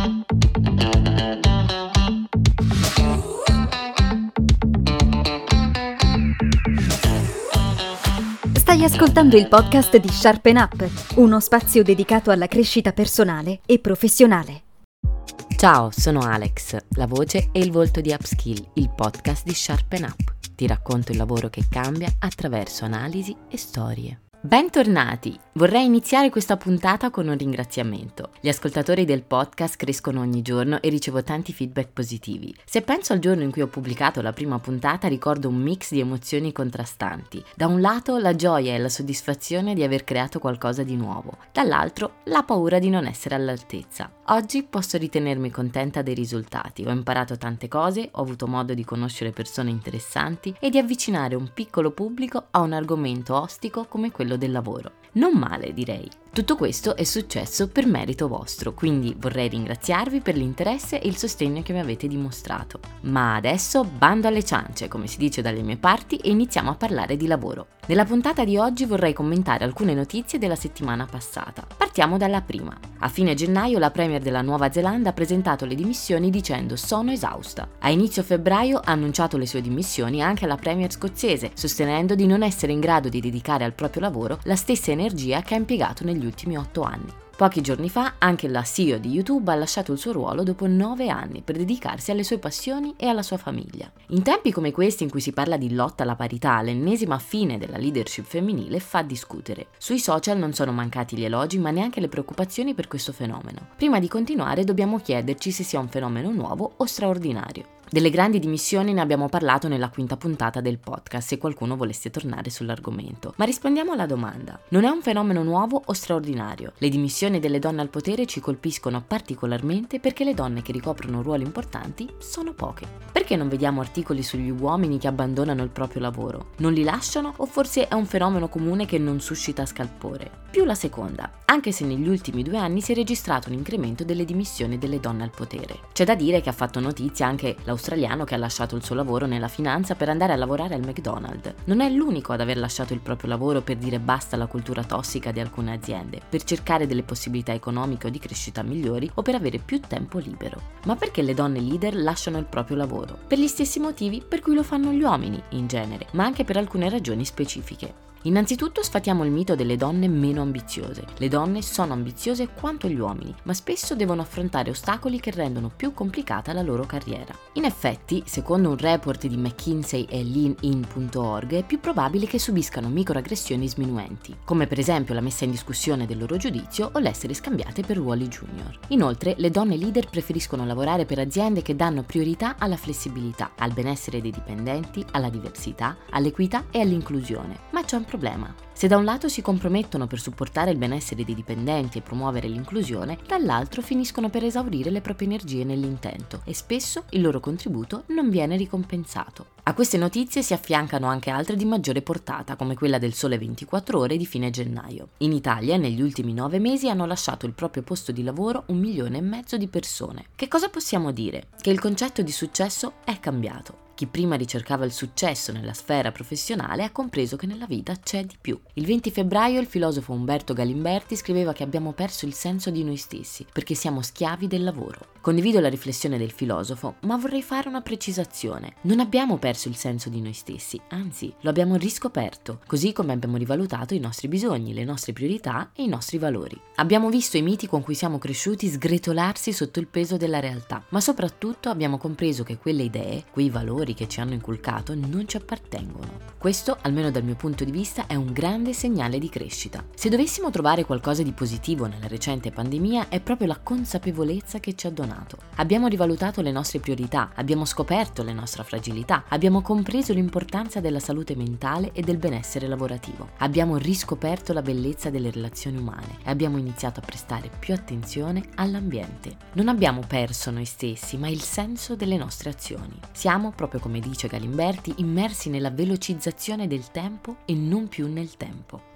Stai ascoltando il podcast di Sharpen Up, uno spazio dedicato alla crescita personale e professionale. Ciao, sono Alex, la voce e il volto di Upskill, il podcast di Sharpen Up. Ti racconto il lavoro che cambia attraverso analisi e storie. Bentornati! Vorrei iniziare questa puntata con un ringraziamento. Gli ascoltatori del podcast crescono ogni giorno e ricevo tanti feedback positivi. Se penso al giorno in cui ho pubblicato la prima puntata, ricordo un mix di emozioni contrastanti. Da un lato la gioia e la soddisfazione di aver creato qualcosa di nuovo, dall'altro la paura di non essere all'altezza. Oggi posso ritenermi contenta dei risultati. Ho imparato tante cose, ho avuto modo di conoscere persone interessanti e di avvicinare un piccolo pubblico a un argomento ostico come quello del lavoro. Non male, direi. Tutto questo è successo per merito vostro, quindi vorrei ringraziarvi per l'interesse e il sostegno che mi avete dimostrato. Ma adesso bando alle ciance, come si dice dalle mie parti, e iniziamo a parlare di lavoro. Nella puntata di oggi vorrei commentare alcune notizie della settimana passata. Partiamo dalla prima. A fine gennaio la premier della Nuova Zelanda ha presentato le dimissioni dicendo "sono esausta". A inizio febbraio ha annunciato le sue dimissioni anche la premier scozzese, sostenendo di non essere in grado di dedicare al proprio lavoro la stessa energia che ha impiegato negli ultimi 8 anni. Pochi giorni fa anche la CEO di YouTube ha lasciato il suo ruolo dopo 9 anni per dedicarsi alle sue passioni e alla sua famiglia. In tempi come questi in cui si parla di lotta alla parità, l'ennesima fine della leadership femminile fa discutere. Sui social non sono mancati gli elogi ma neanche le preoccupazioni per questo fenomeno. Prima di continuare dobbiamo chiederci se sia un fenomeno nuovo o straordinario. Delle grandi dimissioni ne abbiamo parlato nella quinta puntata del podcast, se qualcuno volesse tornare sull'argomento. Ma rispondiamo alla domanda. Non è un fenomeno nuovo o straordinario? Le dimissioni delle donne al potere ci colpiscono particolarmente perché le donne che ricoprono ruoli importanti sono poche. Perché non vediamo articoli sugli uomini che abbandonano il proprio lavoro? Non li lasciano o forse è un fenomeno comune che non suscita scalpore? Più la seconda, anche se negli ultimi 2 anni si è registrato un incremento delle dimissioni delle donne al potere. C'è da dire che ha fatto notizia anche l'australiano che ha lasciato il suo lavoro nella finanza per andare a lavorare al McDonald's. Non è l'unico ad aver lasciato il proprio lavoro per dire basta alla cultura tossica di alcune aziende, per cercare delle possibilità economiche o di crescita migliori o per avere più tempo libero. Ma perché le donne leader lasciano il proprio lavoro? Per gli stessi motivi per cui lo fanno gli uomini in genere, ma anche per alcune ragioni specifiche. Innanzitutto sfatiamo il mito delle donne meno ambiziose. Le donne sono ambiziose quanto gli uomini, ma spesso devono affrontare ostacoli che rendono più complicata la loro carriera. In effetti, secondo un report di McKinsey e leanin.org, è più probabile che subiscano microaggressioni sminuenti, come per esempio la messa in discussione del loro giudizio o l'essere scambiate per ruoli junior. Inoltre, le donne leader preferiscono lavorare per aziende che danno priorità alla flessibilità, al benessere dei dipendenti, alla diversità, all'equità e all'inclusione. Ma c'è un problema. Se da un lato si compromettono per supportare il benessere dei dipendenti e promuovere l'inclusione, dall'altro finiscono per esaurire le proprie energie nell'intento e spesso il loro contributo non viene ricompensato. A queste notizie si affiancano anche altre di maggiore portata, come quella del Sole 24 Ore di fine gennaio. In Italia, negli ultimi 9 mesi hanno lasciato il proprio posto di lavoro 1,5 milioni di persone. Che cosa possiamo dire? Che il concetto di successo è cambiato. Chi prima ricercava il successo nella sfera professionale ha compreso che nella vita c'è di più. Il 20 febbraio il filosofo Umberto Galimberti scriveva che abbiamo perso il senso di noi stessi perché siamo schiavi del lavoro. Condivido la riflessione del filosofo, ma vorrei fare una precisazione. Non abbiamo perso il senso di noi stessi, anzi, lo abbiamo riscoperto, così come abbiamo rivalutato i nostri bisogni, le nostre priorità e i nostri valori. Abbiamo visto i miti con cui siamo cresciuti sgretolarsi sotto il peso della realtà, ma soprattutto abbiamo compreso che quelle idee, quei valori che ci hanno inculcato non ci appartengono. Questo, almeno dal mio punto di vista, è un grande segnale di crescita. Se dovessimo trovare qualcosa di positivo nella recente pandemia è proprio la consapevolezza che ci ha donato. Abbiamo rivalutato le nostre priorità, abbiamo scoperto le nostre fragilità, abbiamo compreso l'importanza della salute mentale e del benessere lavorativo. Abbiamo riscoperto la bellezza delle relazioni umane e abbiamo iniziato a prestare più attenzione all'ambiente. Non abbiamo perso noi stessi, ma il senso delle nostre azioni. Siamo, proprio come dice Galimberti, immersi nella velocizzazione del tempo e non più nel tempo.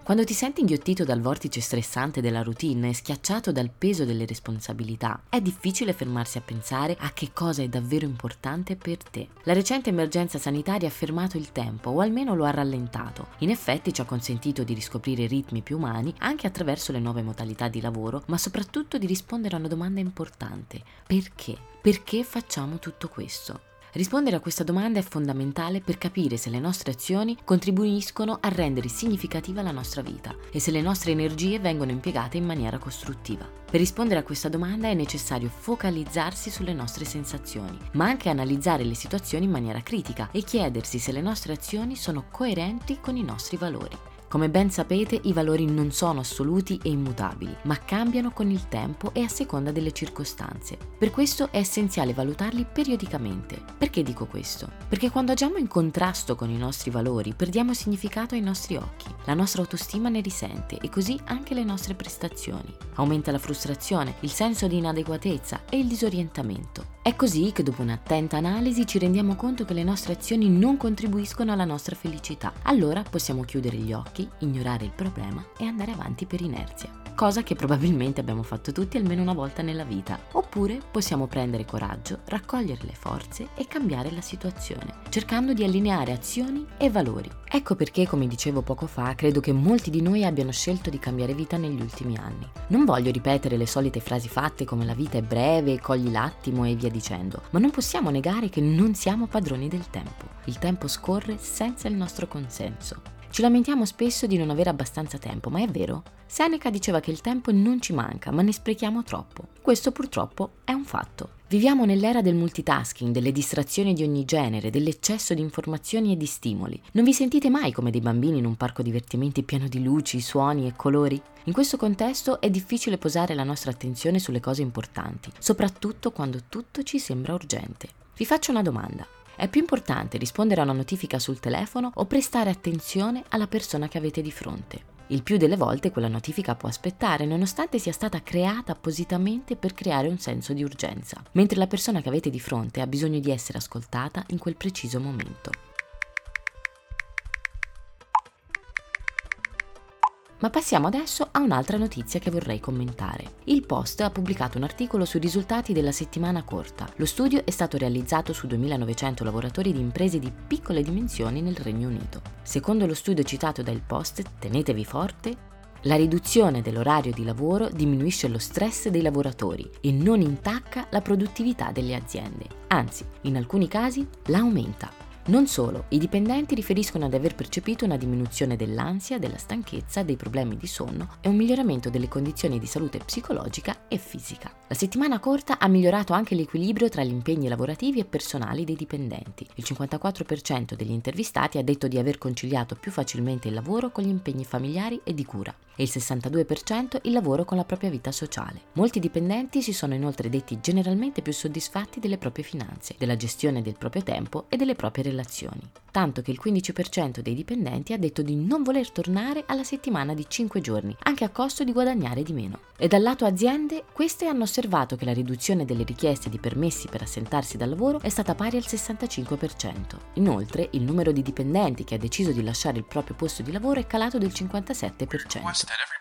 Quando ti senti inghiottito dal vortice stressante della routine e schiacciato dal peso delle responsabilità, è difficile fermarsi a pensare a che cosa è davvero importante per te. La recente emergenza sanitaria ha fermato il tempo, o almeno lo ha rallentato. In effetti ci ha consentito di riscoprire ritmi più umani anche attraverso le nuove modalità di lavoro, ma soprattutto di rispondere a una domanda importante: perché? Perché facciamo tutto questo? Rispondere a questa domanda è fondamentale per capire se le nostre azioni contribuiscono a rendere significativa la nostra vita e se le nostre energie vengono impiegate in maniera costruttiva. Per rispondere a questa domanda è necessario focalizzarsi sulle nostre sensazioni, ma anche analizzare le situazioni in maniera critica e chiedersi se le nostre azioni sono coerenti con i nostri valori. Come ben sapete, i valori non sono assoluti e immutabili, ma cambiano con il tempo e a seconda delle circostanze. Per questo è essenziale valutarli periodicamente. Perché dico questo? Perché quando agiamo in contrasto con i nostri valori, perdiamo significato ai nostri occhi, la nostra autostima ne risente e così anche le nostre prestazioni. Aumenta la frustrazione, il senso di inadeguatezza e il disorientamento. È così che dopo un'attenta analisi ci rendiamo conto che le nostre azioni non contribuiscono alla nostra felicità. Allora possiamo chiudere gli occhi, ignorare il problema e andare avanti per inerzia. Cosa che probabilmente abbiamo fatto tutti almeno una volta nella vita. Oppure possiamo prendere coraggio, raccogliere le forze e cambiare la situazione, cercando di allineare azioni e valori. Ecco perché, come dicevo poco fa, credo che molti di noi abbiano scelto di cambiare vita negli ultimi anni. Non voglio ripetere le solite frasi fatte come la vita è breve, cogli l'attimo e via dicendo, ma non possiamo negare che non siamo padroni del tempo. Il tempo scorre senza il nostro consenso. Ci lamentiamo spesso di non avere abbastanza tempo, ma è vero? Seneca diceva che il tempo non ci manca, ma ne sprechiamo troppo. Questo purtroppo è un fatto. Viviamo nell'era del multitasking, delle distrazioni di ogni genere, dell'eccesso di informazioni e di stimoli. Non vi sentite mai come dei bambini in un parco divertimenti pieno di luci, suoni e colori? In questo contesto è difficile posare la nostra attenzione sulle cose importanti, soprattutto quando tutto ci sembra urgente. Vi faccio una domanda. È più importante rispondere a una notifica sul telefono o prestare attenzione alla persona che avete di fronte? Il più delle volte quella notifica può aspettare, nonostante sia stata creata appositamente per creare un senso di urgenza, mentre la persona che avete di fronte ha bisogno di essere ascoltata in quel preciso momento. Ma passiamo adesso a un'altra notizia che vorrei commentare. Il Post ha pubblicato un articolo sui risultati della settimana corta. Lo studio è stato realizzato su 2.900 lavoratori di imprese di piccole dimensioni nel Regno Unito. Secondo lo studio citato da Il Post, tenetevi forte, la riduzione dell'orario di lavoro diminuisce lo stress dei lavoratori e non intacca la produttività delle aziende. Anzi, in alcuni casi la aumenta. Non solo, i dipendenti riferiscono di aver percepito una diminuzione dell'ansia, della stanchezza, dei problemi di sonno e un miglioramento delle condizioni di salute psicologica e fisica. La settimana corta ha migliorato anche l'equilibrio tra gli impegni lavorativi e personali dei dipendenti. Il 54% degli intervistati ha detto di aver conciliato più facilmente il lavoro con gli impegni familiari e di cura e il 62% il lavoro con la propria vita sociale. Molti dipendenti si sono inoltre detti generalmente più soddisfatti delle proprie finanze, della gestione del proprio tempo e delle proprie relazioni, tanto che il 15% dei dipendenti ha detto di non voler tornare alla settimana di 5 giorni, anche a costo di guadagnare di meno. E dal lato aziende, queste hanno osservato che la riduzione delle richieste di permessi per assentarsi dal lavoro è stata pari al 65%. Inoltre, il numero di dipendenti che ha deciso di lasciare il proprio posto di lavoro è calato del 57%.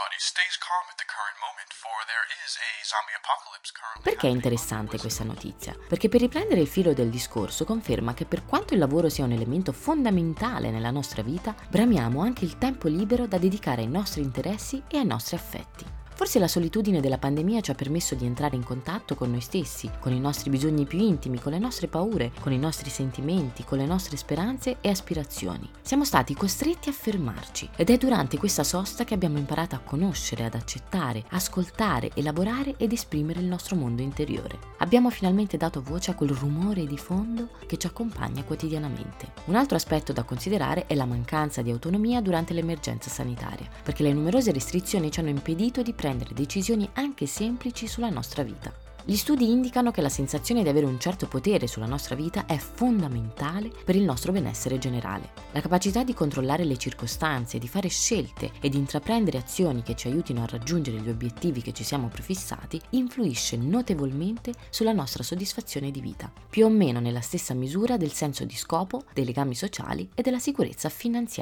Perché è interessante questa notizia? Perché per riprendere il filo del discorso conferma che per quanto il lavoro sia un elemento fondamentale nella nostra vita, bramiamo anche il tempo libero da dedicare ai nostri interessi e ai nostri affetti. Forse la solitudine della pandemia ci ha permesso di entrare in contatto con noi stessi, con i nostri bisogni più intimi, con le nostre paure, con i nostri sentimenti, con le nostre speranze e aspirazioni. Siamo stati costretti a fermarci ed è durante questa sosta che abbiamo imparato a conoscere, ad accettare, ascoltare, elaborare ed esprimere il nostro mondo interiore. Abbiamo finalmente dato voce a quel rumore di fondo che ci accompagna quotidianamente. Un altro aspetto da considerare è la mancanza di autonomia durante l'emergenza sanitaria, perché le numerose restrizioni ci hanno impedito di prendere decisioni anche semplici sulla nostra vita. Gli studi indicano che la sensazione di avere un certo potere sulla nostra vita è fondamentale per il nostro benessere generale. La capacità di controllare le circostanze, di fare scelte e di intraprendere azioni che ci aiutino a raggiungere gli obiettivi che ci siamo prefissati influisce notevolmente sulla nostra soddisfazione di vita, più o meno nella stessa misura del senso di scopo, dei legami sociali e della sicurezza finanziaria.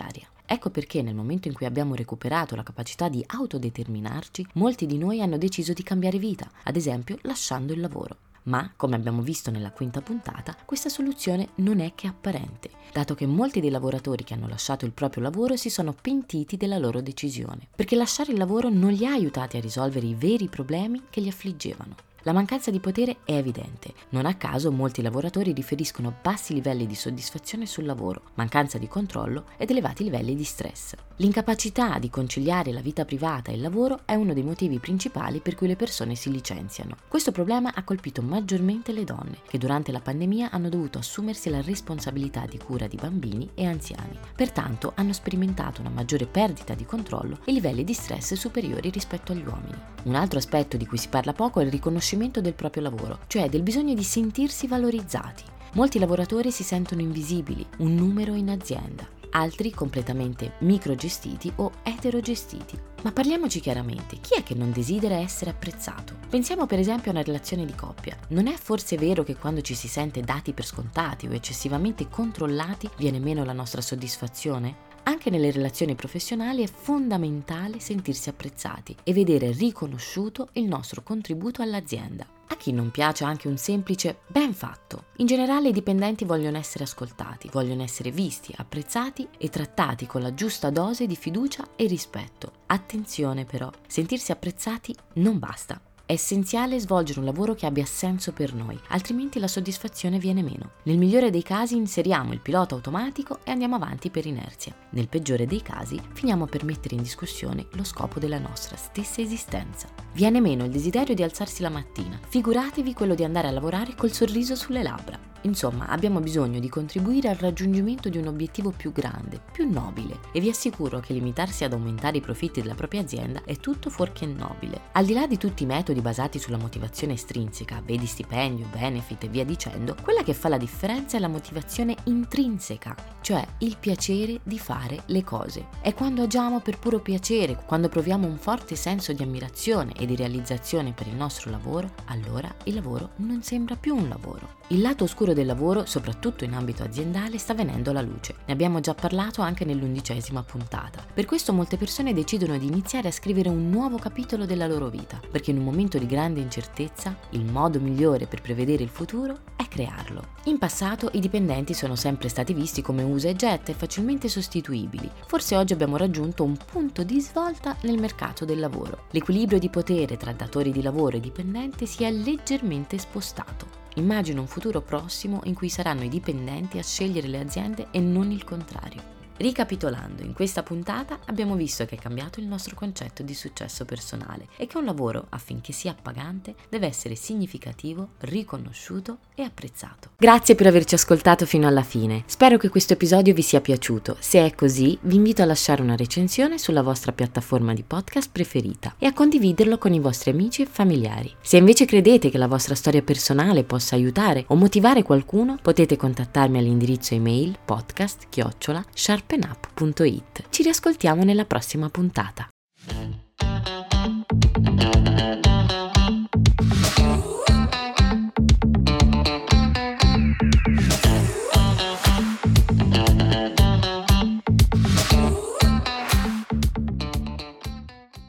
Ecco perché nel momento in cui abbiamo recuperato la capacità di autodeterminarci, molti di noi hanno deciso di cambiare vita, ad esempio lasciando il lavoro. Ma, come abbiamo visto nella quinta puntata, questa soluzione non è che apparente, dato che molti dei lavoratori che hanno lasciato il proprio lavoro si sono pentiti della loro decisione, perché lasciare il lavoro non li ha aiutati a risolvere i veri problemi che li affliggevano. La mancanza di potere è evidente. Non a caso molti lavoratori riferiscono bassi livelli di soddisfazione sul lavoro, mancanza di controllo ed elevati livelli di stress. L'incapacità di conciliare la vita privata e il lavoro è uno dei motivi principali per cui le persone si licenziano. Questo problema ha colpito maggiormente le donne, che durante la pandemia hanno dovuto assumersi la responsabilità di cura di bambini e anziani. Pertanto hanno sperimentato una maggiore perdita di controllo e livelli di stress superiori rispetto agli uomini. Un altro aspetto di cui si parla poco è il riconoscimento del proprio lavoro, cioè del bisogno di sentirsi valorizzati. Molti lavoratori si sentono invisibili, un numero in azienda, altri completamente microgestiti o eterogestiti. Ma parliamoci chiaramente, chi è che non desidera essere apprezzato? Pensiamo per esempio a una relazione di coppia. Non è forse vero che quando ci si sente dati per scontati o eccessivamente controllati viene meno la nostra soddisfazione? Anche nelle relazioni professionali è fondamentale sentirsi apprezzati e vedere riconosciuto il nostro contributo all'azienda. A chi non piace anche un semplice ben fatto? In generale i dipendenti vogliono essere ascoltati, vogliono essere visti, apprezzati e trattati con la giusta dose di fiducia e rispetto. Attenzione però, sentirsi apprezzati non basta. È essenziale svolgere un lavoro che abbia senso per noi, altrimenti la soddisfazione viene meno. Nel migliore dei casi inseriamo il pilota automatico e andiamo avanti per inerzia. Nel peggiore dei casi finiamo per mettere in discussione lo scopo della nostra stessa esistenza. Viene meno il desiderio di alzarsi la mattina, figuratevi quello di andare a lavorare col sorriso sulle labbra. Insomma, abbiamo bisogno di contribuire al raggiungimento di un obiettivo più grande, più nobile, e vi assicuro che limitarsi ad aumentare i profitti della propria azienda è tutto fuorché nobile. Al di là di tutti i metodi basati sulla motivazione estrinseca, vedi stipendio, benefit e via dicendo, quella che fa la differenza è la motivazione intrinseca, cioè il piacere di fare le cose. È quando agiamo per puro piacere, quando proviamo un forte senso di ammirazione e di realizzazione per il nostro lavoro, allora il lavoro non sembra più un lavoro. Il lato oscuro del lavoro, soprattutto in ambito aziendale, sta venendo alla luce. Ne abbiamo già parlato anche nell'11ª puntata. Per questo molte persone decidono di iniziare a scrivere un nuovo capitolo della loro vita, perché in un momento di grande incertezza, il modo migliore per prevedere il futuro è crearlo. In passato i dipendenti sono sempre stati visti come usa e getta e facilmente sostituibili. Forse oggi abbiamo raggiunto un punto di svolta nel mercato del lavoro. L'equilibrio di potere tra datori di lavoro e dipendente si è leggermente spostato. Immagino un futuro prossimo in cui saranno i dipendenti a scegliere le aziende e non il contrario. Ricapitolando, in questa puntata abbiamo visto che è cambiato il nostro concetto di successo personale e che un lavoro, affinché sia appagante, deve essere significativo, riconosciuto e apprezzato. Grazie per averci ascoltato fino alla fine. Spero che questo episodio vi sia piaciuto. Se è così, vi invito a lasciare una recensione sulla vostra piattaforma di podcast preferita e a condividerlo con i vostri amici e familiari. Se invece credete che la vostra storia personale possa aiutare o motivare qualcuno, potete contattarmi all'indirizzo email podcast@sharpenup.it. Ci riascoltiamo nella prossima puntata.